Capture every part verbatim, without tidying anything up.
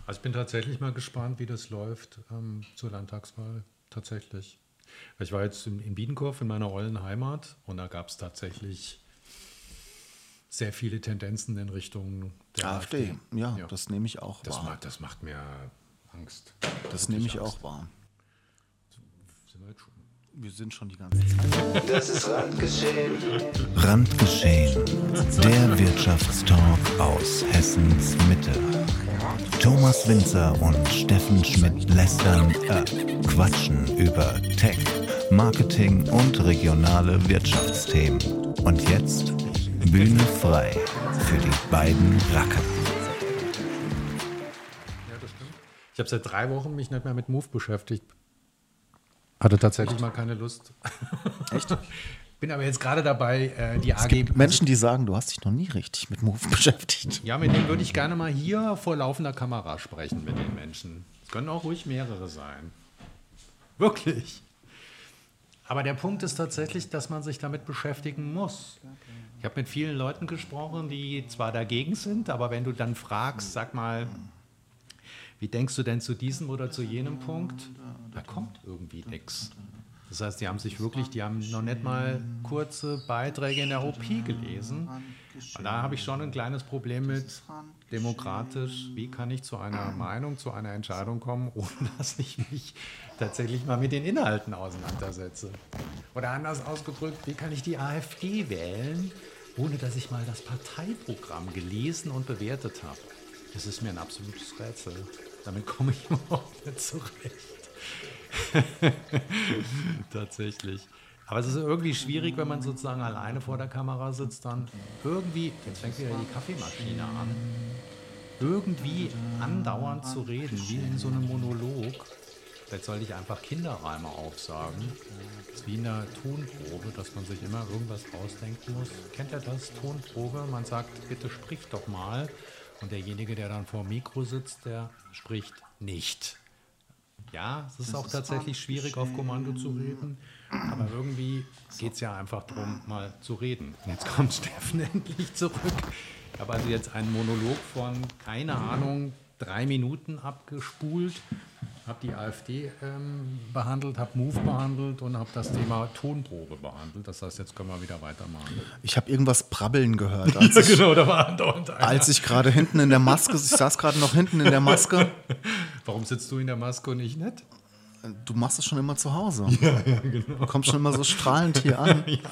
Also ich bin tatsächlich mal gespannt, wie das läuft ähm, zur Landtagswahl. Tatsächlich. Ich war jetzt in, in Biedenkopf, in meiner ollen Heimat, und da gab es tatsächlich sehr viele Tendenzen in Richtung der AfD. AfD. Ja, ja, das nehme ich auch das wahr. Macht, das macht mir Angst. Das nehme ich Angst. auch wahr. Sind wir jetzt schon? Wir sind schon die ganze Zeit. Das ist Randgeschehen. Randgeschehen. Der Wirtschaftstalk aus Hessens Mitte. Thomas Winzer und Steffen Schmidt lästern, äh, quatschen über Tech, Marketing und regionale Wirtschaftsthemen. Und jetzt Bühne frei für die beiden Racker. Ja, das stimmt. Ich habe seit drei Wochen mich nicht mehr mit Move beschäftigt. Hatte tatsächlich Echt? mal keine Lust. Echt? Bin aber jetzt gerade dabei, äh, die es A G... Es gibt Menschen, die sagen, du hast dich noch nie richtig mit Move beschäftigt. Ja, mit denen würde ich gerne mal hier vor laufender Kamera sprechen, mit den Menschen. Es können auch ruhig mehrere sein. Wirklich. Aber der Punkt ist tatsächlich, dass man sich damit beschäftigen muss. Ich habe mit vielen Leuten gesprochen, die zwar dagegen sind, aber wenn du dann fragst, sag mal, wie denkst du denn zu diesem oder zu jenem Punkt, da kommt irgendwie nichts. Das heißt, die haben sich wirklich, die haben noch nicht mal kurze Beiträge in der O P gelesen. Und da habe ich schon ein kleines Problem mit demokratisch, wie kann ich zu einer Meinung, zu einer Entscheidung kommen, ohne dass ich mich tatsächlich mal mit den Inhalten auseinandersetze. Oder anders ausgedrückt, wie kann ich die AfD wählen, ohne dass ich mal das Parteiprogramm gelesen und bewertet habe. Das ist mir ein absolutes Rätsel. Damit komme ich überhaupt nicht zurecht. Tatsächlich. Aber es ist irgendwie schwierig, wenn man sozusagen alleine vor der Kamera sitzt, dann irgendwie, jetzt fängt wieder die Kaffeemaschine an, irgendwie andauernd zu reden, wie in so einem Monolog. Vielleicht sollte ich einfach Kinderreime aufsagen. Das ist wie in der Tonprobe, dass man sich immer irgendwas ausdenken muss. Kennt ihr das? Tonprobe? Man sagt, bitte sprich doch mal. Und derjenige, der dann vor dem Mikro sitzt, der spricht nicht. Ja, es ist das auch ist tatsächlich schwierig, auf Kommando zu reden, aber irgendwie geht es ja einfach darum, mal zu reden. Und jetzt kommt Steffen endlich zurück. Ich habe also jetzt einen Monolog von, keine Ahnung, drei Minuten abgespult, habe die AfD ähm, behandelt, habe Move behandelt und habe das Thema Tonprobe behandelt. Das heißt, jetzt können wir wieder weitermachen. Ich habe irgendwas brabbeln gehört. Als ich, genau, da war andauernd einer. Als ich gerade hinten in der Maske, ich saß gerade noch hinten in der Maske. Warum sitzt du in der Maske und ich nicht? Du machst es schon immer zu Hause. Ja, ja, genau. Du kommst schon immer so strahlend hier an. Ja.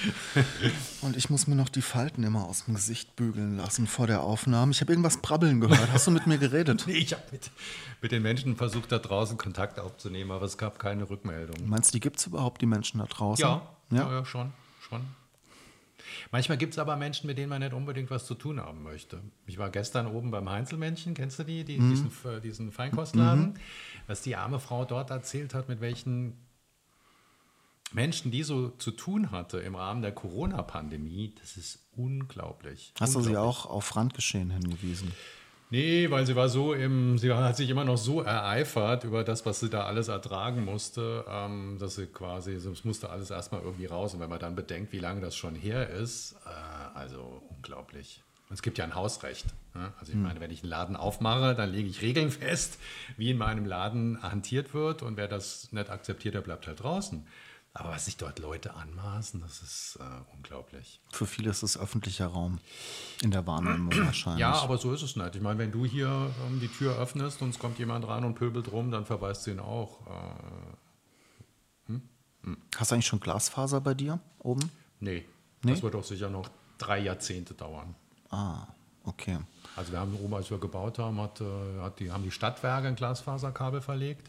Und ich muss mir noch die Falten immer aus dem Gesicht bügeln lassen vor der Aufnahme. Ich habe irgendwas brabbeln gehört. Hast du mit mir geredet? Nee, ich habe mit, mit den Menschen versucht, da draußen Kontakt aufzunehmen, aber es gab keine Rückmeldung. Meinst du, die gibt es überhaupt, die Menschen da draußen? Ja, ja, ja schon, schon. Manchmal gibt es aber Menschen, mit denen man nicht unbedingt was zu tun haben möchte. Ich war gestern oben beim Heinzelmännchen, kennst du die, die mhm. diesen, diesen Feinkostladen? Mhm. Was die arme Frau dort erzählt hat, mit welchen Menschen die so zu tun hatte im Rahmen der Corona-Pandemie, das ist unglaublich. Hast unglaublich. du sie auch auf Randgeschehen hingewiesen? Nee, weil sie war so im, sie hat sich immer noch so ereifert über das, was sie da alles ertragen musste, ähm, dass sie quasi, es musste alles erstmal irgendwie raus. Und wenn man dann bedenkt, wie lange das schon her ist, äh, also unglaublich. Und es gibt ja ein Hausrecht. Ne? Also ich meine, wenn ich einen Laden aufmache, dann lege ich Regeln fest, wie in meinem Laden hantiert wird. Und wer das nicht akzeptiert, der bleibt halt draußen. Aber was sich dort Leute anmaßen, das ist äh, unglaublich. Für viele ist es öffentlicher Raum in der Wahrnehmung wahrscheinlich. Ja, aber so ist es nicht. Ich meine, wenn du hier ähm, die Tür öffnest und es kommt jemand rein und pöbelt rum, dann verweist du ihn auch. Äh, hm? Hm. Hast du eigentlich schon Glasfaser bei dir oben? Nee, nee, das wird auch sicher noch drei Jahrzehnte dauern. Ah, okay. Also wir haben oben, als wir gebaut haben, hat, hat die, haben die Stadtwerke ein Glasfaserkabel verlegt.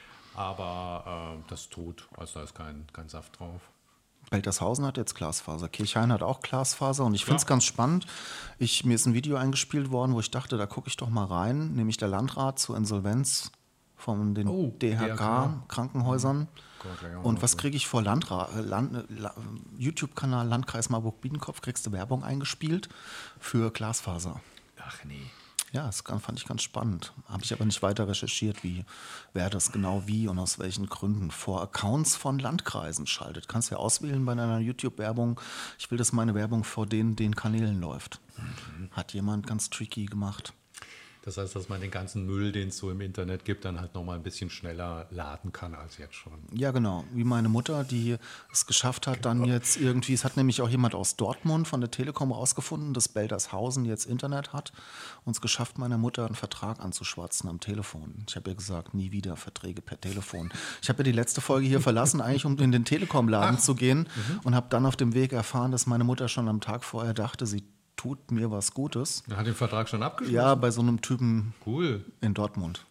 Aber äh, das ist tot, also da ist kein, kein Saft drauf. Beltershausen hat jetzt Glasfaser, Kirchhain hat auch Glasfaser und ich finde es ja. ganz spannend. Ich, mir ist ein Video eingespielt worden, wo ich dachte, da gucke ich doch mal rein, nämlich der Landrat zur Insolvenz von den oh, D H K-Krankenhäusern. Ja. Und was kriege ich vor Landra- Land, La- YouTube-Kanal Landkreis Marburg-Biedenkopf, kriegst du Werbung eingespielt für Glasfaser. Ach nee. Ja, das fand ich ganz spannend. Habe ich aber nicht weiter recherchiert, wie wer das genau wie und aus welchen Gründen vor Accounts von Landkreisen schaltet. Kannst ja auswählen bei deiner YouTube-Werbung. Ich will, dass meine Werbung vor den, den Kanälen läuft. Mhm. Hat jemand ganz tricky gemacht. Das heißt, dass man den ganzen Müll, den es so im Internet gibt, dann halt nochmal ein bisschen schneller laden kann als jetzt schon. Ja, genau. Wie meine Mutter, die es geschafft hat, dann jetzt irgendwie, es hat nämlich auch jemand aus Dortmund von der Telekom rausgefunden, dass Beldershausen jetzt Internet hat und es geschafft, meiner Mutter einen Vertrag anzuschwatzen am Telefon. Ich habe ihr gesagt, nie wieder Verträge per Telefon. Ich habe ja die letzte Folge hier verlassen, eigentlich um in den Telekom-Laden zu gehen mhm. und habe dann auf dem Weg erfahren, dass meine Mutter schon am Tag vorher dachte, sie tut mir was Gutes. Er hat den Vertrag schon abgeschlossen? Ja, bei so einem Typen cool. in Dortmund.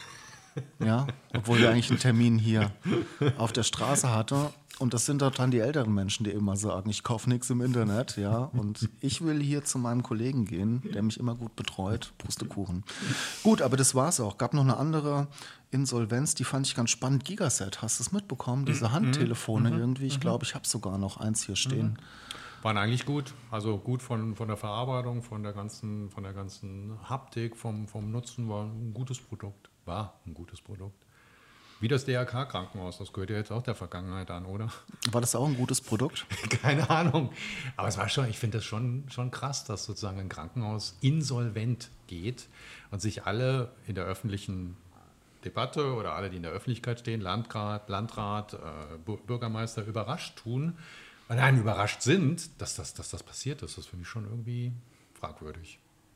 Ja, obwohl er eigentlich einen Termin hier auf der Straße hatte. Und das sind dann die älteren Menschen, die immer sagen, ich kaufe nichts im Internet. Ja, und ich will hier zu meinem Kollegen gehen, der mich immer gut betreut. Pustekuchen. Gut, aber das war's auch. Gab noch eine andere Insolvenz, die fand ich ganz spannend. Gigaset, hast du es mitbekommen? Diese Handtelefone irgendwie. Ich glaube, ich habe sogar noch eins hier stehen. Waren eigentlich gut, also gut von, von der Verarbeitung, von der ganzen, von der ganzen Haptik, vom, vom Nutzen, war ein gutes Produkt. War ein gutes Produkt. Wie das D R K-Krankenhaus, das gehört ja jetzt auch der Vergangenheit an, oder? War das auch ein gutes Produkt? Keine Ahnung. Aber es war schon, ich finde das schon, schon krass, dass sozusagen ein Krankenhaus insolvent geht und sich alle in der öffentlichen Debatte oder alle, die in der Öffentlichkeit stehen, Landrat, Landrat, äh, Bürgermeister, überrascht tun. Nein, überrascht sind, dass das, dass das passiert ist. Das finde ich schon irgendwie fragwürdig.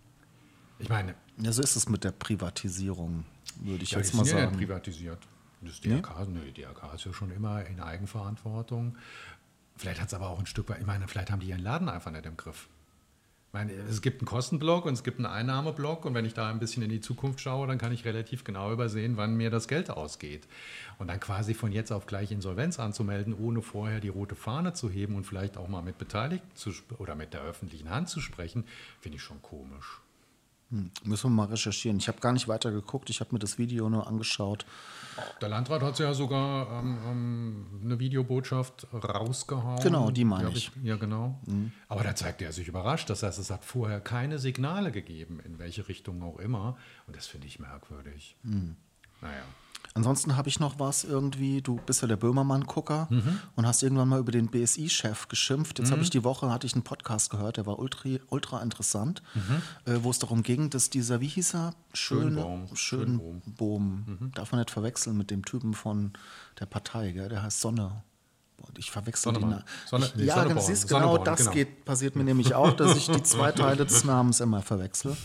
Ich meine... Ja, so ist es mit der Privatisierung, würde ich ja, jetzt mal sagen. Ja, die sind ja privatisiert. Das D R K, nee? Nee, D R K ist ja schon immer in Eigenverantwortung. Vielleicht hat es aber auch ein Stück weit... Ich meine, vielleicht haben die ihren Laden einfach nicht im Griff. Ich meine, es gibt einen Kostenblock und es gibt einen Einnahmeblock und wenn ich da ein bisschen in die Zukunft schaue, dann kann ich relativ genau übersehen, wann mir das Geld ausgeht. Und dann quasi von jetzt auf gleich Insolvenz anzumelden, ohne vorher die rote Fahne zu heben und vielleicht auch mal mit Beteiligten zu sp- oder mit der öffentlichen Hand zu sprechen, finde ich schon komisch. Hm, müssen wir mal recherchieren. Ich habe gar nicht weiter geguckt, ich habe mir das Video nur angeschaut. Der Landrat hat ja sogar ähm, ähm, eine Videobotschaft rausgehauen. Genau, die meine die ich. ich. Ja, genau. Mhm. Aber da zeigt er sich überrascht. Das heißt, es hat vorher keine Signale gegeben, in welche Richtung auch immer. Und das finde ich merkwürdig. Mhm. Naja. Ansonsten habe ich noch was irgendwie, du bist ja der Böhmermann-Gucker mhm. und hast irgendwann mal über den B S I-Chef geschimpft. Jetzt mhm. habe ich die Woche, hatte ich einen Podcast gehört, der war ultra, ultra interessant, mhm. äh, wo es darum ging, dass dieser, wie hieß er? Schön, Schönbohm. Schönbohm. Mhm. Darf man nicht verwechseln mit dem Typen von der Partei, gell? Der heißt Sonne. Ich verwechsel die Namen. Sonne, nee, ja, ganz siehst, genau das genau. Geht, passiert mir nämlich auch, dass ich die zwei Teile des Namens immer verwechsel.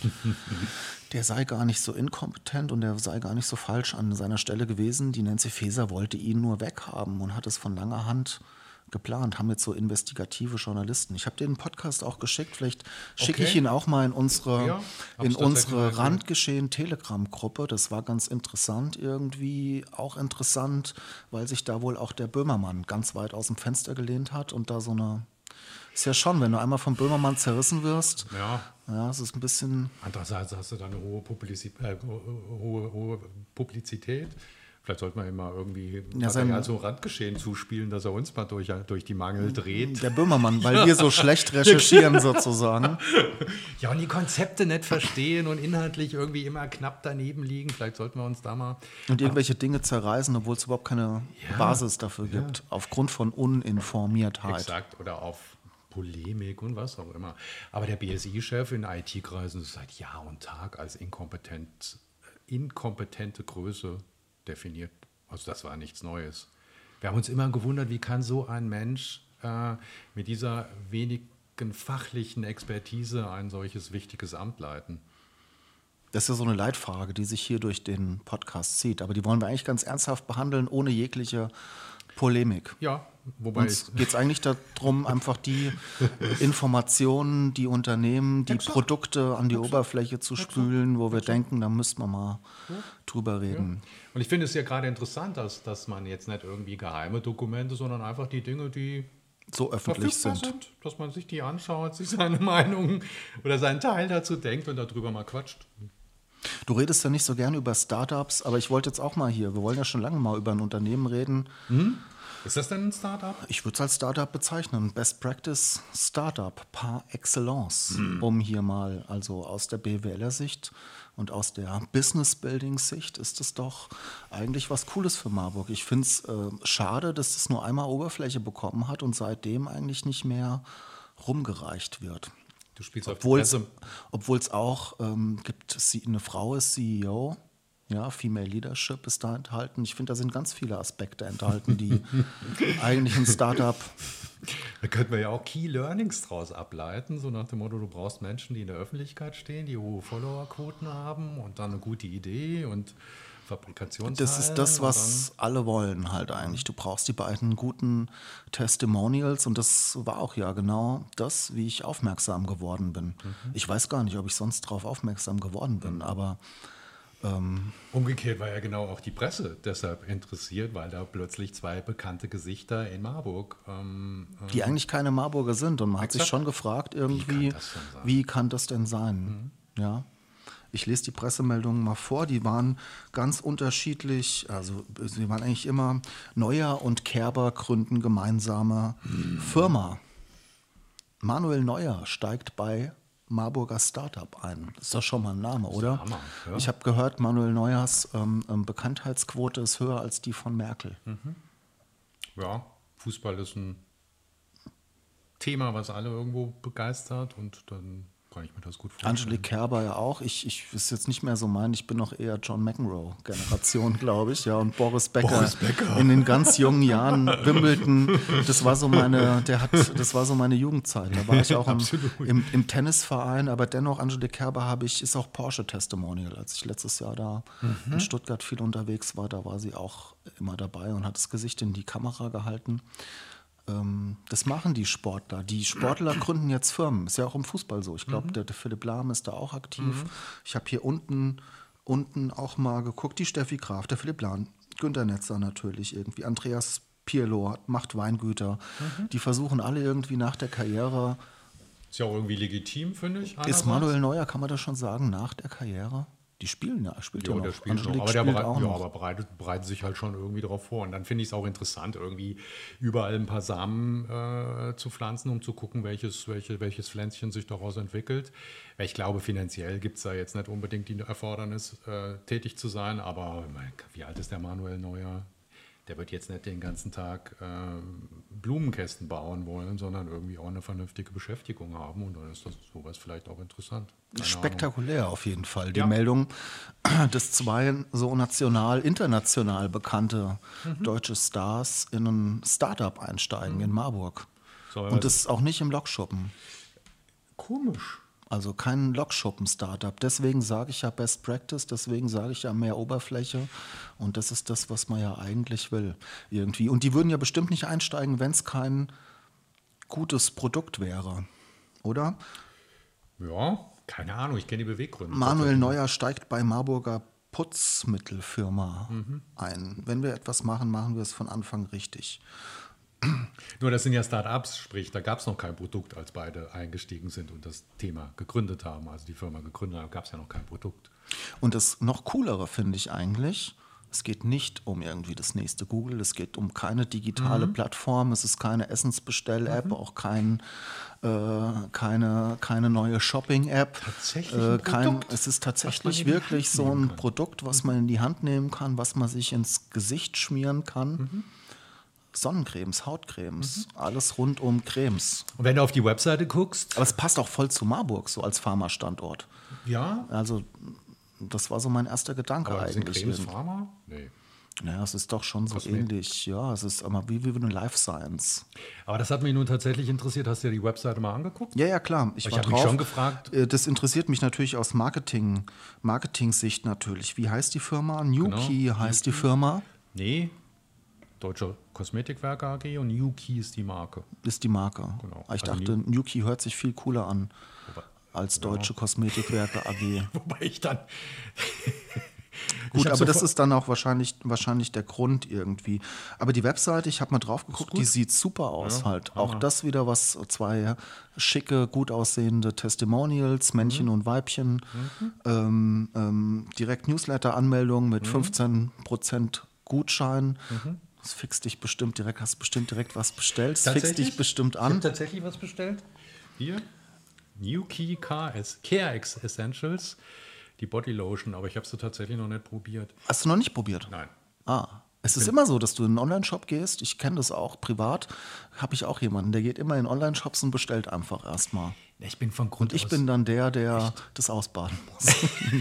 Der sei gar nicht so inkompetent und der sei gar nicht so falsch an seiner Stelle gewesen. Die Nancy Faeser wollte ihn nur weghaben und hat es von langer Hand geplant, haben jetzt so investigative Journalisten. Ich habe den Podcast auch geschickt, vielleicht schicke okay. ich ihn auch mal in unsere, ja, in unsere Randgeschehen-Telegram-Gruppe. Das war ganz interessant irgendwie, auch interessant, weil sich da wohl auch der Böhmermann ganz weit aus dem Fenster gelehnt hat und da so eine, ist ja schon, wenn du einmal vom Böhmermann zerrissen wirst, ja, ja, es ist ein bisschen... Andererseits hast du da eine hohe, Publizi- äh, hohe, hohe Publizität. Vielleicht sollte man immer irgendwie ja, sein, also Randgeschehen zuspielen, dass er uns mal durch, durch die Mangel dreht. Der Böhmermann, weil wir so schlecht recherchieren sozusagen. Ja, und die Konzepte nicht verstehen und inhaltlich irgendwie immer knapp daneben liegen. Vielleicht sollten wir uns da mal... Und irgendwelche Dinge zerreißen, obwohl es überhaupt keine ja, Basis dafür ja. gibt. Aufgrund von Uninformiertheit. Exakt, oder auf Polemik und was auch immer. Aber der B S I-Chef in I T-Kreisen ist seit Jahr und Tag als inkompetent, inkompetente Größe definiert. Also das war nichts Neues. Wir haben uns immer gewundert, wie kann so ein Mensch äh, mit dieser wenigen fachlichen Expertise ein solches wichtiges Amt leiten? Das ist ja so eine Leitfrage, die sich hier durch den Podcast zieht. Aber die wollen wir eigentlich ganz ernsthaft behandeln, ohne jegliche Polemik. Ja, wobei uns geht es eigentlich darum, einfach die Informationen, die Unternehmen, die Exakt. Produkte an die Exakt. Oberfläche zu Exakt. spülen, wo wir Exakt. denken, da müssten wir mal ja. drüber reden. Ja. Und ich finde es ja gerade interessant, dass, dass man jetzt nicht irgendwie geheime Dokumente, sondern einfach die Dinge, die so öffentlich sind. sind, dass man sich die anschaut, sich seine Meinung oder seinen Teil dazu denkt und darüber mal quatscht. Du redest ja nicht so gerne über Startups, aber ich wollte jetzt auch mal hier, wir wollen ja schon lange mal über ein Unternehmen reden. Mhm. Ist das denn ein Startup? Ich würde es als Startup bezeichnen. Best Practice Startup par excellence, mhm. um hier mal, also aus der B W L-Sicht und aus der Business-Building-Sicht ist es doch eigentlich was Cooles für Marburg. Ich finde es äh, schade, dass es nur einmal Oberfläche bekommen hat und seitdem eigentlich nicht mehr rumgereicht wird. Du spielst auf Obwohl die es Presse. obwohl's auch ähm, gibt, sie, eine Frau ist C E O, ja, Female Leadership ist da enthalten. Ich finde, da sind ganz viele Aspekte enthalten, die eigentlich ein Startup. Da könnten wir ja auch Key Learnings draus ableiten, so nach dem Motto, du brauchst Menschen, die in der Öffentlichkeit stehen, die hohe Followerquoten haben und dann eine gute Idee und Fabrikationshallen. Das ist das, und was alle wollen halt eigentlich. Du brauchst die beiden guten Testimonials und das war auch ja genau das, wie ich aufmerksam geworden bin. Ich weiß gar nicht, ob ich sonst darauf aufmerksam geworden bin, aber dann, umgekehrt war ja genau auch die Presse deshalb interessiert, weil da plötzlich zwei bekannte Gesichter in Marburg ähm, die eigentlich keine Marburger sind und man hat sich Exakt. schon gefragt irgendwie, kann das denn sein? wie kann das denn sein? Ja. Ich lese die Pressemeldungen mal vor, die waren ganz unterschiedlich, also sie waren eigentlich immer, Neuer und Kerber gründen gemeinsame Firma. Manuel Neuer steigt bei Marburger Startup ein. Das ist doch schon mal ein Name, oder? Hammer, ja. Ich habe gehört, Manuel Neuers ähm, ähm, Bekanntheitsquote ist höher als die von Merkel. ja, Fußball ist ein Thema, was alle irgendwo begeistert und dann kann ich mir das gut vorstellen. Angelique Kerber ja auch. Ich, ich ist jetzt nicht mehr so mein, ich bin noch eher John McEnroe-Generation, glaube ich. Ja, und Boris Becker, Boris Becker. in den ganz jungen Jahren, Wimbledon, das war so meine, der hat, das war so meine Jugendzeit. Da war ich auch im, Absolut. im, im Tennisverein, aber dennoch, Angelique Kerber habe ich, ist auch Porsche-Testimonial. Als ich letztes Jahr da in Stuttgart viel unterwegs war, da war sie auch immer dabei und hat das Gesicht in die Kamera gehalten. Das machen die Sportler. Die Sportler gründen jetzt Firmen. Ist ja auch im Fußball so. Ich glaube, der, der Philipp Lahm ist da auch aktiv. Ich habe hier unten, unten auch mal geguckt. Die Steffi Graf, der Philipp Lahm, Günter Netzer natürlich irgendwie, Andreas Pirlo hat- macht Weingüter. Die versuchen alle irgendwie nach der Karriere. Ist ja auch irgendwie legitim, finde ich. Ist einerseits. Manuel Neuer, kann man das schon sagen, nach der Karriere? Die spielen ja, spielt ja, Ja, noch. der spielt noch, Angelique aber der spielt bereit, auch ja, noch. aber bereitet, bereitet sich halt schon irgendwie darauf vor. Und dann finde ich es auch interessant, irgendwie überall ein paar Samen äh, zu pflanzen, um zu gucken, welches, welche, welches Pflänzchen sich daraus entwickelt. Weil ich glaube, finanziell gibt es da jetzt nicht unbedingt die Erfordernis, äh, tätig zu sein. Aber ich meine, wie alt ist der Manuel Neuer? Der wird jetzt nicht den ganzen Tag äh, Blumenkästen bauen wollen, sondern irgendwie auch eine vernünftige Beschäftigung haben. Und dann ist das sowas vielleicht auch interessant. Keine Ahnung. Spektakulär auf jeden Fall. Die Ja. Meldung, dass zwei so national, international bekannte deutsche Stars in ein Startup einsteigen in Marburg. So, Und das auch nicht im Lokschuppen. komisch. Also kein Lokschuppen-Startup. Deswegen sage ich ja Best Practice, deswegen sage ich ja mehr Oberfläche. Und das ist das, was man ja eigentlich will. Irgendwie. Und die würden ja bestimmt nicht einsteigen, wenn es kein gutes Produkt wäre. Oder? Ja, keine Ahnung, ich kenne die Beweggründe. Manuel Neuer steigt bei Marburger Putzmittelfirma ein. Wenn wir etwas machen, machen wir es von Anfang richtig. Nur das sind ja Start-ups, sprich, da gab es noch kein Produkt, als beide eingestiegen sind und das Thema gegründet haben, also die Firma gegründet haben, gab es ja noch kein Produkt. Und das noch coolere finde ich eigentlich, es geht nicht um irgendwie das nächste Google, es geht um keine digitale Plattform, es ist keine Essensbestell-App, auch kein, äh, keine, keine neue Shopping-App. Tatsächlich ein Äh, kein, Produkt, es ist was man tatsächlich in die wirklich Hand so nehmen ein kann. Produkt, was man in die Hand nehmen kann, was man sich ins Gesicht schmieren kann. Sonnencremes, Hautcremes, alles rund um Cremes. Und wenn du auf die Webseite guckst, Aber es passt auch voll zu Marburg, so als Pharma-Standort. ja, Also, das war so mein erster Gedanke aber sind eigentlich. Cremes Pharma? Nee. Naja, es ist doch schon so Kosmetik. ähnlich. Ja, es ist aber wie, wie eine Life Science. Aber das hat mich nun tatsächlich interessiert. Hast du dir die Webseite mal angeguckt? Ja, ja, klar. Ich, Ich war hab mich drauf. schon gefragt. Äh, Das interessiert mich natürlich aus Marketing, Marketing-Sicht natürlich. Wie heißt die Firma? Nuki Genau, heißt die Firma, Nee, Deutsche Kosmetikwerke A G und Yuki ist die Marke. ist die Marke. Genau. Ich Also dachte, Nuki hört sich viel cooler an als Deutsche Kosmetikwerke A G. Wobei ich dann... Gut, Ich hab aber das sofort- ist dann auch wahrscheinlich, wahrscheinlich der Grund irgendwie. Aber die Webseite, ich habe mal drauf geguckt, die sieht super aus Ja, halt. Hammer. Auch das wieder was, zwei schicke, gut aussehende Testimonials, Männchen Mhm. und Weibchen. Ähm, ähm, direkt Newsletter-Anmeldung Mhm. mit fünfzehn Prozent Gutschein. Das fixt dich bestimmt direkt, hast bestimmt direkt was bestellt. Das fixt dich bestimmt Ich habe an. tatsächlich was bestellt. Hier, Nuki K S, Care X Essentials, die Body Lotion, aber ich habe sie tatsächlich noch nicht probiert. Hast du noch nicht probiert? Nein. Ah, Es ist immer so, dass du in einen Online-Shop gehst. Ich kenne das auch privat. Habe ich auch jemanden, der geht immer in Online-Shops und bestellt einfach erstmal. Ich bin von Grund Und ich aus, bin dann der, der Echt? das ausbaden muss.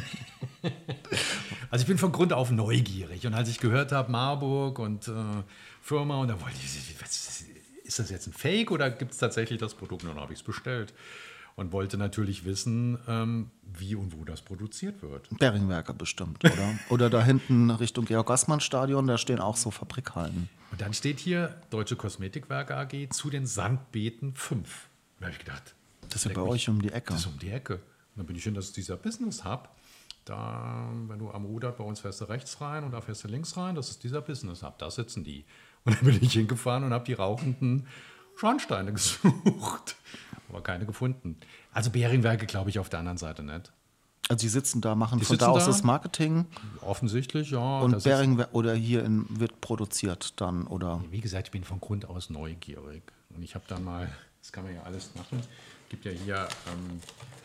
Also ich bin von Grund auf neugierig. Und als ich gehört habe, Marburg und äh, Firma, und da wollte ich, was, ist das jetzt ein Fake oder gibt es tatsächlich das Produkt? Und dann habe ich es bestellt. Und wollte natürlich wissen, ähm, wie und wo das produziert wird. Beringwerke bestimmt, oder? Oder da hinten Richtung Georg-Gassmann-Stadion, da stehen auch so Fabrikhallen. Und dann steht hier Deutsche Kosmetikwerke A G zu den Sandbeeten fünf. Da habe ich gedacht, das ist ja bei mich, euch um die Ecke. Das ist um die Ecke. Und dann bin ich hin, dass dieser Business Hub, da, wenn du am Ruder, bei uns fährst du rechts rein und da fährst du links rein, das ist dieser Business Hub, da sitzen die. Und dann bin ich hingefahren und habe die rauchenden Schornsteine gesucht. Aber keine gefunden. Also Beringwerke glaube ich auf der anderen Seite nicht. Also die sitzen da, machen die von da aus da? das Marketing. Offensichtlich, ja. Und Beringwerke oder hier in, wird produziert dann, oder? Wie gesagt, ich bin von Grund aus neugierig. Und ich habe dann mal, das kann man ja alles machen, es gibt ja hier, ähm,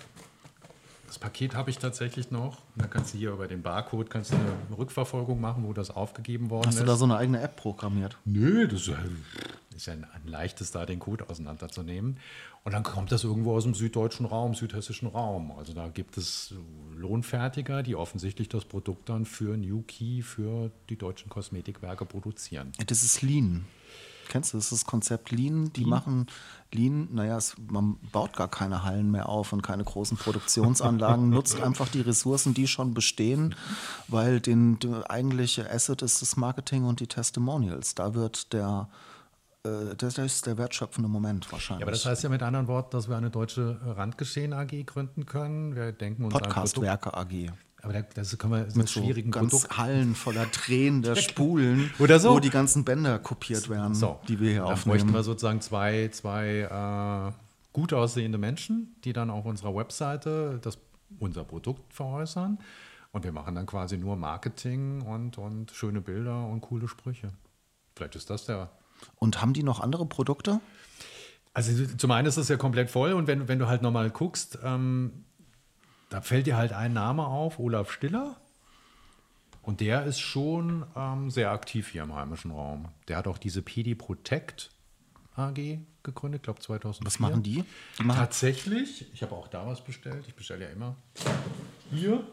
das Paket habe ich tatsächlich noch. Und dann kannst du hier über den Barcode kannst du eine Rückverfolgung machen, wo das aufgegeben worden ist. Hast du da so eine eigene App programmiert? Nö, das ist ja ein, ein leichtes, da den Code auseinanderzunehmen. Und dann kommt das irgendwo aus dem süddeutschen Raum, südhessischen Raum. Also da gibt es Lohnfertiger, die offensichtlich das Produkt dann für New Key, für die deutschen Kosmetikwerke produzieren. Ja, das ist Lean. Kennst du das, das Konzept Lean? Die Lean? machen Lean, naja, es, man baut gar keine Hallen mehr auf und keine großen Produktionsanlagen, nutzt einfach die Ressourcen, die schon bestehen, weil den, der eigentliche Asset ist das Marketing und die Testimonials. Da wird der Das ist der wertschöpfende Moment wahrscheinlich. Ja, aber das heißt ja mit anderen Worten, dass wir eine deutsche Randgeschehen A G gründen können. Wir denken uns Podcastwerke A G. Aber das können wir mit so schwierigen ganz Produkt. Hallen voller drehender Spulen, oder so, wo die ganzen Bänder kopiert werden, so, die wir hier da aufnehmen. Da bräuchten wir sozusagen zwei, zwei äh, gut aussehende Menschen, die dann auf unserer Webseite das, unser Produkt veräußern. Und wir machen dann quasi nur Marketing und, und schöne Bilder und coole Sprüche. Vielleicht ist das der... Und haben die noch andere Produkte? Also zum einen ist es ja komplett voll und wenn, wenn du halt nochmal guckst, ähm, da fällt dir halt ein Name auf, Olaf Stiller. Und der ist schon ähm, sehr aktiv hier im heimischen Raum. Der hat auch diese P D Protect A G gegründet, ich glaube zweitausendvier. Was machen die? die machen Tatsächlich, ich habe auch da was bestellt, ich bestelle ja immer. Hier,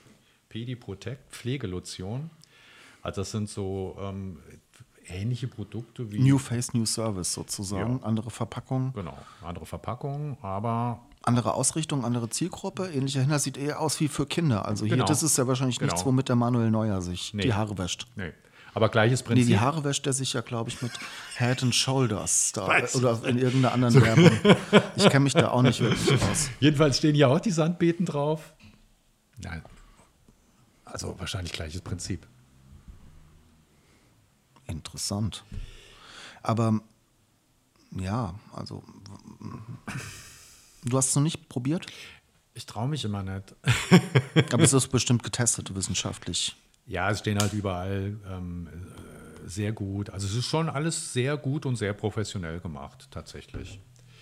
P D Protect, Pflegelotion. Also das sind so... Ähm, ähnliche Produkte wie... New Face, New Service sozusagen, ja. Andere Verpackung. Genau, andere Verpackung, aber... Andere Ausrichtung, andere Zielgruppe, ähnlicher Hinter sieht eher aus wie für Kinder. Also hier, genau. das ist ja wahrscheinlich genau. nichts, womit der Manuel Neuer sich nee. die Haare wäscht. Nee, aber gleiches Prinzip. Nee, die Haare wäscht er sich ja, glaube ich, mit Head and Shoulders da, oder in irgendeiner anderen Werbung. Ich kenne mich da auch nicht wirklich aus. Jedenfalls stehen hier auch die Sandbeeten drauf. Ja, also wahrscheinlich gleiches Prinzip. Interessant. Aber ja, also du hast es noch nicht probiert? Ich traue mich immer nicht. Aber es ist bestimmt getestet wissenschaftlich. Ja, es stehen halt überall ähm, sehr gut. Also es ist schon alles sehr gut und sehr professionell gemacht, tatsächlich.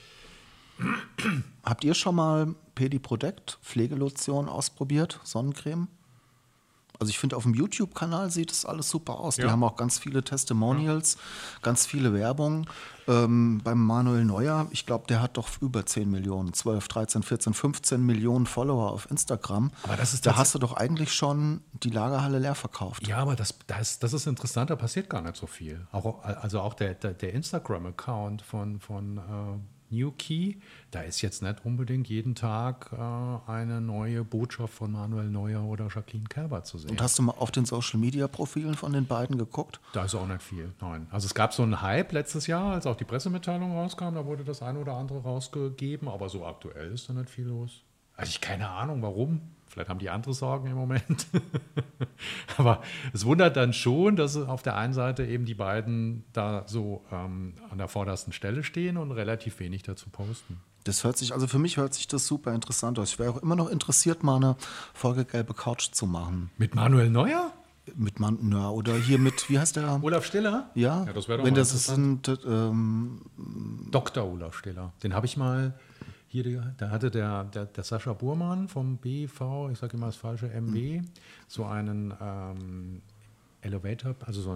Habt ihr schon mal P D Protect, Pflegelotion ausprobiert, Sonnencreme? Also ich finde, auf dem YouTube-Kanal sieht das alles super aus. Die ja. haben auch ganz viele Testimonials, ja. ganz viele Werbung. Ähm, beim Manuel Neuer, ich glaube, der hat doch über zehn Millionen, zwölf, dreizehn, vierzehn, fünfzehn Millionen Follower auf Instagram. Aber das ist da hast du doch eigentlich schon die Lagerhalle leer verkauft. Ja, aber das, das, das ist interessant, da passiert gar nicht so viel. Auch, also auch der, der, der Instagram-Account von, von äh, New Key, da ist jetzt nicht unbedingt jeden Tag äh, eine neue Botschaft von Manuel Neuer oder Jacqueline Kerber zu sehen. Und hast du mal auf den Social-Media-Profilen von den beiden geguckt? Da ist auch nicht viel, nein. Also es gab so einen Hype letztes Jahr, als auch die Pressemitteilung rauskam, da wurde das eine oder andere rausgegeben, aber so aktuell ist da nicht viel los. Also ich keine Ahnung, warum. Vielleicht haben die andere Sorgen im Moment. Aber es wundert dann schon, dass auf der einen Seite eben die beiden da so ähm, an der vordersten Stelle stehen und relativ wenig dazu posten. Das hört sich, also für mich hört sich das super interessant aus. Ich wäre auch immer noch interessiert, mal eine Folge Gelbe Couch zu machen. Mit Manuel Neuer? Mit Manuel Neuer oder hier mit, wie heißt der? Olaf Stiller? Ja, ja das wäre doch wenn mal das ist ein ähm, Doktor Olaf Stiller. Den habe ich mal... Hier, da hatte der, der, der Sascha Burmann vom B V, ich sage immer das falsche, M W, mhm. so einen ähm, Elevator, also so einen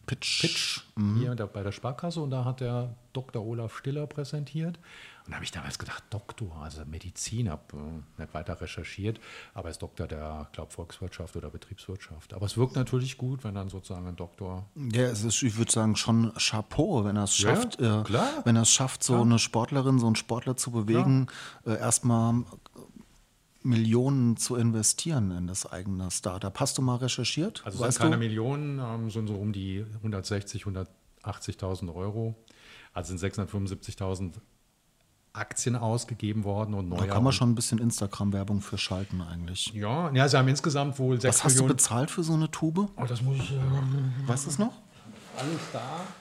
Pitch. Pitch Mhm. hier da bei der Sparkasse und da hat der Doktor Olaf Stiller präsentiert. Und da habe ich damals gedacht, Doktor, also Medizin, habe äh, nicht weiter recherchiert, aber er ist Doktor der, glaube Volkswirtschaft oder Betriebswirtschaft. Aber es wirkt natürlich gut, wenn dann sozusagen ein Doktor... Ja, es ist, ich würde sagen, schon Chapeau, wenn er es Ja, schafft, äh, klar. wenn er es schafft, so Klar. eine Sportlerin, so einen Sportler zu bewegen, äh, erstmal Millionen zu investieren in das eigene Startup. Hast du mal recherchiert? Also es sind keine Millionen, ähm, sind so um die hundertsechzig, hundertachtzigtausend Euro. Also sind sechshundertfünfundsiebzigtausend Aktien ausgegeben worden und Da neue. kann man schon ein bisschen Instagram-Werbung für schalten eigentlich. Ja, ja, sie haben insgesamt wohl sechs Was hast Millionen. du bezahlt für so eine Tube? Oh, das muss ich. Äh, Weißt du es noch? alles da.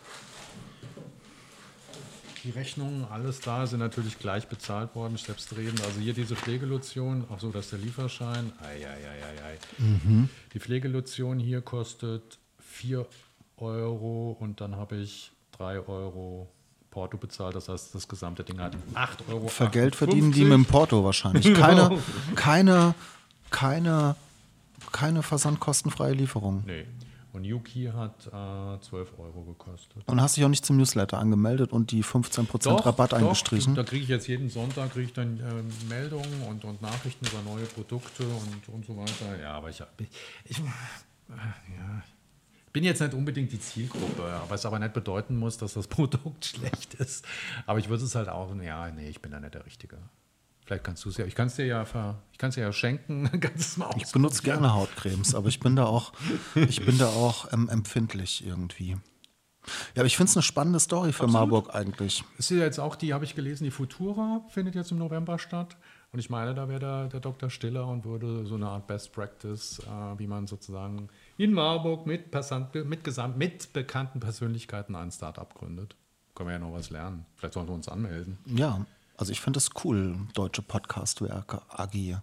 Die Rechnungen, alles da, sind natürlich gleich bezahlt worden, selbstredend. Also hier diese Pflegelotion, auch so, dass der Lieferschein. Ei, ei, ei, ei, ei. Mhm. Die Pflegelotion hier kostet vier Euro und dann habe ich drei Euro Porto bezahlt. Das heißt, das gesamte Ding hat acht Euro. Für Geld verdienen die mit dem Porto wahrscheinlich. Keine, keine, keine, keine versandkostenfreie Lieferung. Nee. Und Yuki hat äh, zwölf Euro gekostet. Und hast dich auch nicht zum Newsletter angemeldet und die fünfzehn Prozent Rabatt doch, eingestrichen? Da kriege ich jetzt jeden Sonntag kriege ich dann äh, Meldungen und, und Nachrichten über neue Produkte und, und so weiter. Ja, aber ich, ich, ich äh, ja, bin jetzt nicht unbedingt die Zielgruppe, aber es aber nicht bedeuten muss, dass das Produkt schlecht ist. Aber ich würde es halt auch, ja, nee, ich bin da nicht der Richtige. Vielleicht kannst du es ja, ich kann es dir ja, ver, ich kann es dir ja schenken. Kannst mal Ich benutze gerne Hautcremes, aber ich bin da auch, ich bin da auch ähm, empfindlich irgendwie. Ja, aber ich finde es eine spannende Story für Absolut. Marburg eigentlich. Es ist ja jetzt auch die, habe ich gelesen, die Futura findet jetzt im November statt. Und ich meine, da wäre der, der Doktor Stiller und würde so eine Art Best Practice, äh, wie man sozusagen in Marburg mit, Passant, mit, Gesamt, mit bekannten Persönlichkeiten ein Start-up gründet. Können wir ja noch was lernen. Vielleicht sollten wir uns anmelden. Ja, also ich finde es cool, Deutsche Podcastwerke A G.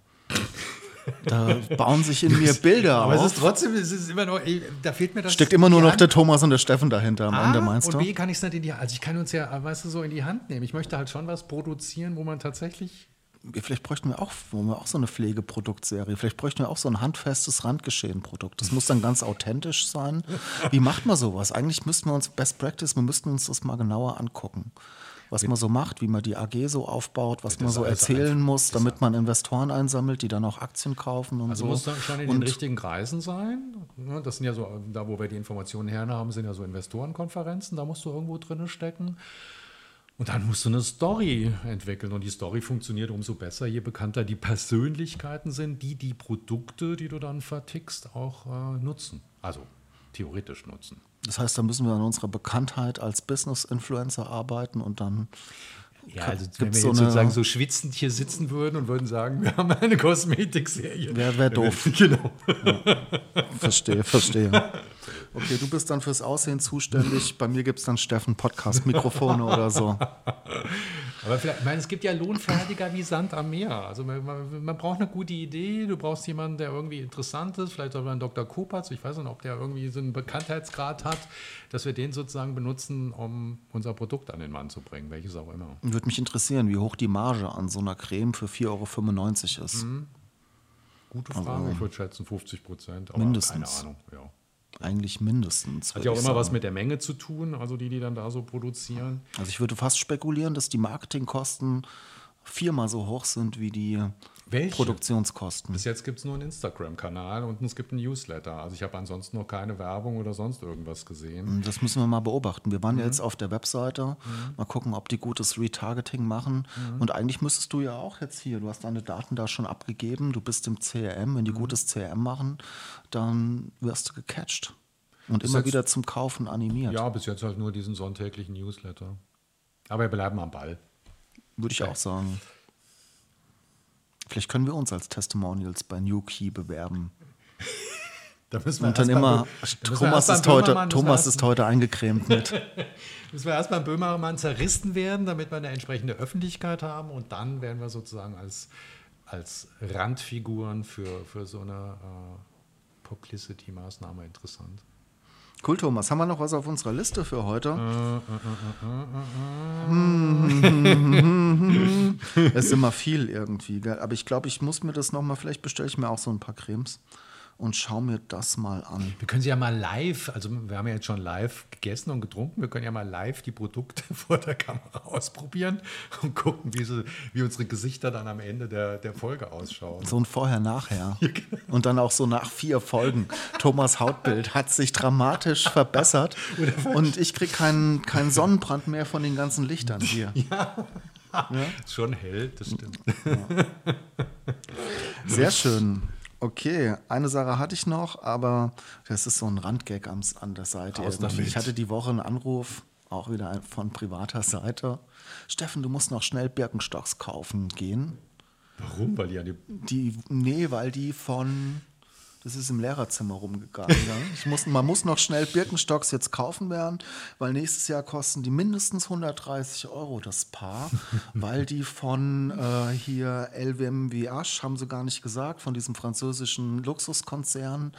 Da bauen sich in mir Bilder Aber auf. es ist trotzdem, es ist immer noch, ey, da fehlt mir das. Steckt immer nur die noch Hand. der Thomas und der Steffen dahinter am A, Ende, meinst und du? B, kann ich es nicht in die Hand. Also ich kann uns ja, weißt du, so in die Hand nehmen. Ich möchte halt schon was produzieren, wo man tatsächlich. Vielleicht bräuchten wir auch, wollen wir auch so eine Pflegeproduktserie. Vielleicht bräuchten wir auch so ein handfestes Randgeschehen-Produkt. Das muss dann ganz authentisch sein. Wie macht man sowas? Eigentlich müssten wir uns Best Practice, wir müssten uns das mal genauer angucken. Was man so macht, wie man die A G so aufbaut, was Das man ist so alles erzählen einfach- muss, damit man Investoren einsammelt, die dann auch Aktien kaufen und Also so. muss dann schon in und den richtigen Kreisen sein. Ja, das sind ja so, da wo wir die Informationen herhaben, sind ja so Investorenkonferenzen, da musst du irgendwo drin stecken. Und dann musst du eine Story entwickeln. Und die Story funktioniert umso besser, je bekannter die Persönlichkeiten sind, die die Produkte, die du dann vertickst, auch äh, nutzen. Also theoretisch nutzen. Das heißt, da müssen wir an unserer Bekanntheit als Business-Influencer arbeiten und dann Ja, also wenn wir gibt's jetzt so eine- sozusagen so schwitzend hier sitzen würden und würden sagen, wir haben eine Kosmetikserie. Wäre wär doof. Genau. Verstehe, verstehe. Okay, du bist dann fürs Aussehen zuständig. Bei mir gibt es dann Steffen Podcast-Mikrofone oder so. Aber vielleicht, ich meine, es gibt ja Lohnfertiger wie Sand am Meer. Also man, man, man braucht eine gute Idee, du brauchst jemanden, der irgendwie interessant ist, vielleicht auch ein Doktor Kopatz, ich weiß nicht, ob der irgendwie so einen Bekanntheitsgrad hat, dass wir den sozusagen benutzen, um unser Produkt an den Mann zu bringen, welches auch immer. Würde mich interessieren, wie hoch die Marge an so einer Creme für vier Euro fünfundneunzig ist. Gute Frage, Also, ich würde schätzen fünfzig Prozent, aber mindestens. keine Ahnung. Ja. Eigentlich mindestens. Hat würde ja auch ich immer was sagen. mit der Menge zu tun, also die, die dann da so produzieren. Also ich würde fast spekulieren, dass die Marketingkosten viermal so hoch sind wie die Welche? Produktionskosten. Bis jetzt gibt es nur einen Instagram-Kanal und es gibt einen Newsletter. Also ich habe ansonsten noch keine Werbung oder sonst irgendwas gesehen. Das müssen wir mal beobachten. Wir waren ja jetzt auf der Webseite, mal gucken, ob die gutes Retargeting machen. Und eigentlich müsstest du ja auch jetzt hier, du hast deine Daten da schon abgegeben, du bist im C R M, wenn die gutes C R M machen, dann wirst du gecatcht. Und Bis immer jetzt- wieder zum Kaufen animiert. Ja, bis jetzt halt nur diesen sonntäglichen Newsletter. Aber wir bleiben am Ball. Würde ich auch sagen. Vielleicht können wir uns als Testimonials bei New Key bewerben. Da müssen wir Und dann erst immer, beim Bö- da müssen wir Thomas, erst beim ist heute, Böhmermann- müssen wir Thomas erst- ist heute eingecremt mit. Müssen wir erst beim Böhmermann zerrissen werden, damit wir eine entsprechende Öffentlichkeit haben. Und dann werden wir sozusagen als, als Randfiguren für, für so eine äh, Publicity-Maßnahme interessant. Cool, Thomas. Haben wir noch was auf unserer Liste für heute? Es ist immer viel irgendwie, gell? Aber ich glaube, ich muss mir das nochmal, vielleicht bestelle ich mir auch so ein paar Cremes und schaue mir das mal an. Wir können sie ja mal live, also wir haben ja jetzt schon live gegessen und getrunken, wir können ja mal live die Produkte vor der Kamera ausprobieren und gucken, wie, sie, wie unsere Gesichter dann am Ende der, der Folge ausschauen. So ein Vorher-Nachher. Und dann auch so nach vier Folgen. Thomas Hautbild hat sich dramatisch verbessert und ich kriege keinen keinen Sonnenbrand mehr von den ganzen Lichtern hier. Ja. Ja? Ist schon hell, das stimmt. Ja. Sehr schön. Okay, eine Sache hatte ich noch, aber das ist so ein Randgag an der Seite. Ich hatte die Woche einen Anruf, auch wieder von privater Seite. Steffen, du musst noch schnell Birkenstocks kaufen gehen. Warum? Weil die an die... die nee, weil die von... Das ist im Lehrerzimmer rumgegangen. Ja. Ich muss, man muss noch schnell Birkenstocks jetzt kaufen werden, weil nächstes Jahr kosten die mindestens hundertdreißig Euro das Paar, weil die von äh, hier L W M V H, haben sie gar nicht gesagt, von diesem französischen Luxuskonzern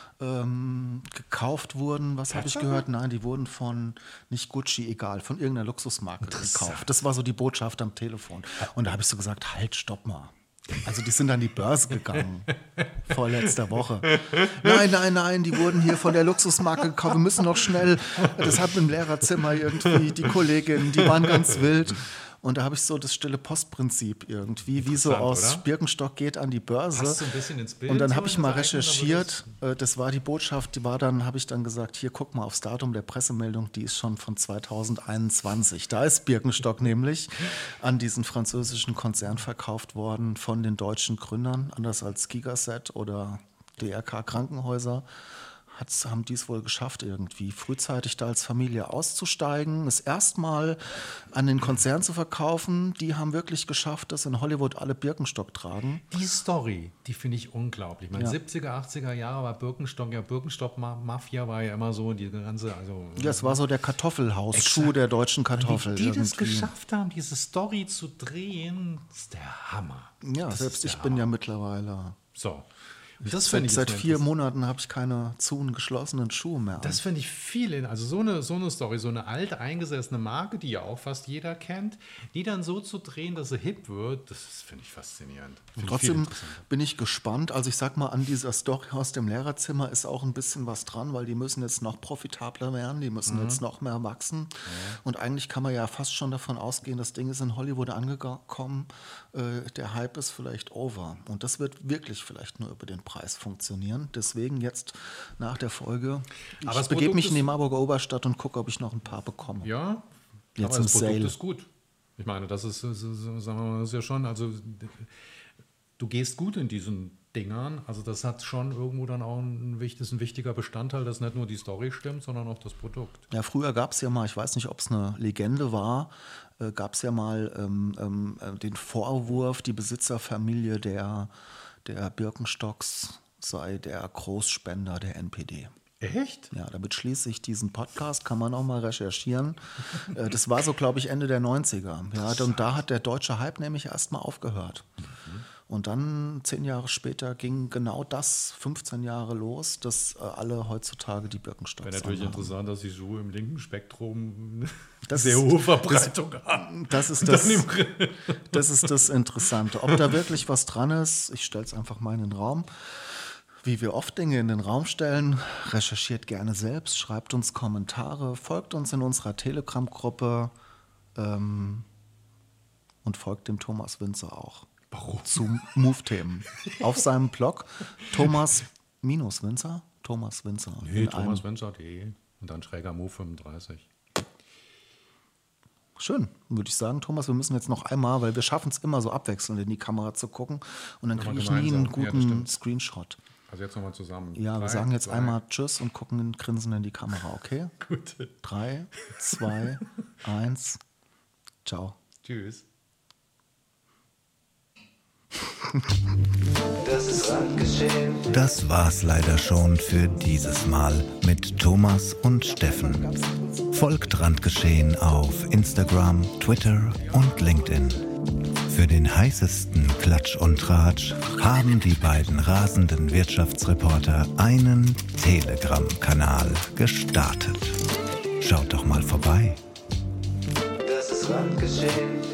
ähm, gekauft wurden. Was habe ich gehört? Nein, die wurden von, nicht Gucci, egal, von irgendeiner Luxusmarke gekauft. Das war so die Botschaft am Telefon. Und da habe ich so gesagt, halt, stopp mal. Also die sind an die Börse gegangen, vorletzter Woche. Nein, nein, nein, die wurden hier von der Luxusmarke gekauft, wir müssen noch schnell, das hat im Lehrerzimmer irgendwie die Kolleginnen, die waren ganz wild. Und da habe ich so das stille Postprinzip irgendwie, wie so aus oder? Birkenstock geht an die Börse. Passt so ein bisschen ins Bild. Und dann habe ich mal recherchiert, das, das war die Botschaft, die war dann, habe ich dann gesagt, hier guck mal aufs Datum der Pressemeldung, die ist schon von zweitausendeinundzwanzig. Da ist Birkenstock nämlich an diesen französischen Konzern verkauft worden von den deutschen Gründern, anders als Gigaset oder D R K Krankenhäuser. Hat's, haben die es wohl geschafft, irgendwie frühzeitig da als Familie auszusteigen, es erstmal an den Konzern zu verkaufen. Die haben wirklich geschafft, dass in Hollywood alle Birkenstock tragen. Die Story, die finde ich unglaublich. Ich meine, Ja. siebziger, achtziger Jahre war Birkenstock, ja, Birkenstock-Mafia war ja immer so die ganze, also... Das war so der Kartoffelhausschuh der deutschen Kartoffel. Wie die das irgendwie. geschafft haben, diese Story zu drehen, ist der Hammer. Ja, Das selbst ist ich der bin Hammer. ja mittlerweile. So. Und das Seit, finde ich seit jetzt vier interessant. Monaten habe ich keine zu und geschlossenen Schuhe mehr an. Das finde ich viel, in, also so eine, so eine Story, so eine alte, eingesessene Marke, die ja auch fast jeder kennt, die dann so zu drehen, dass sie hip wird, das finde ich faszinierend. Finde ich viel Trotzdem interessanter. bin ich gespannt. Also ich sag mal, an dieser Story aus dem Lehrerzimmer ist auch ein bisschen was dran, weil die müssen jetzt noch profitabler werden, die müssen Mhm. jetzt noch mehr wachsen. Und eigentlich kann man ja fast schon davon ausgehen, das Ding ist in Hollywood angekommen, äh, der Hype ist vielleicht over. Und das wird wirklich vielleicht nur über den Preis funktionieren. Deswegen jetzt nach der Folge, ich Aber das begebe Produkt mich in die ist- Marburger Oberstadt und gucke, ob ich noch ein paar bekomme. Ja, Jetzt aber im das Produkt Sale. ist gut. Ich meine, das ist, so- so- sagen wir mal, das ist ja schon, also du gehst gut in diesen Dingern, also das hat schon irgendwo dann auch ein, wichtig- ist ein wichtiger Bestandteil, dass nicht nur die Story stimmt, sondern auch das Produkt. Ja, früher gab es ja mal, ich weiß nicht, ob es eine Legende war, äh, gab es ja mal ähm, ähm, äh, den Vorwurf, die Besitzerfamilie der, der Birkenstocks sei der Großspender der N P D. Echt? Ja, damit schließe ich diesen Podcast, kann man auch mal recherchieren. Äh, das war so, glaube ich, Ende der neunziger. Ja, und da hat der deutsche Hype nämlich erstmal aufgehört. Und dann, zehn Jahre später, ging genau das, fünfzehn Jahre los, dass äh, alle heutzutage die Birkenstocks Wäre natürlich anhaben. interessant, dass die Schuhe im linken Spektrum eine Das sehr ist- hohe Verbreitung haben. Das ist das, das ist das Interessante. Ob da wirklich was dran ist, ich stelle es einfach mal in den Raum. Wie wir oft Dinge in den Raum stellen, recherchiert gerne selbst, schreibt uns Kommentare, folgt uns in unserer Telegram-Gruppe ähm, und folgt dem Thomas Winzer auch. Warum? Zu Move-Themen. Auf seinem Blog Thomas-Winzer? Thomas Winzer. Nee, in einem- thomas winzer punkt de und dann schräger Move fünfunddreißig. Schön, würde ich sagen, Thomas, wir müssen jetzt noch einmal, weil wir schaffen es immer so abwechselnd in die Kamera zu gucken und dann Nochmal kriege ich nie einen gemeinsam. Ja, das guten stimmt. Screenshot. Also jetzt nochmal zusammen. Ja, wir Drei, sagen jetzt zwei. einmal Tschüss und gucken grinsen in die Kamera, okay? Gut. Drei, zwei, eins, ciao. Tschüss. Das ist Randgeschehen. Das war's leider schon für dieses Mal mit Thomas und Steffen. Folgt Randgeschehen auf Instagram, Twitter und LinkedIn. Für den heißesten Klatsch und Tratsch haben die beiden rasenden Wirtschaftsreporter einen Telegram-Kanal gestartet. Schaut doch mal vorbei. Das ist Randgeschehen.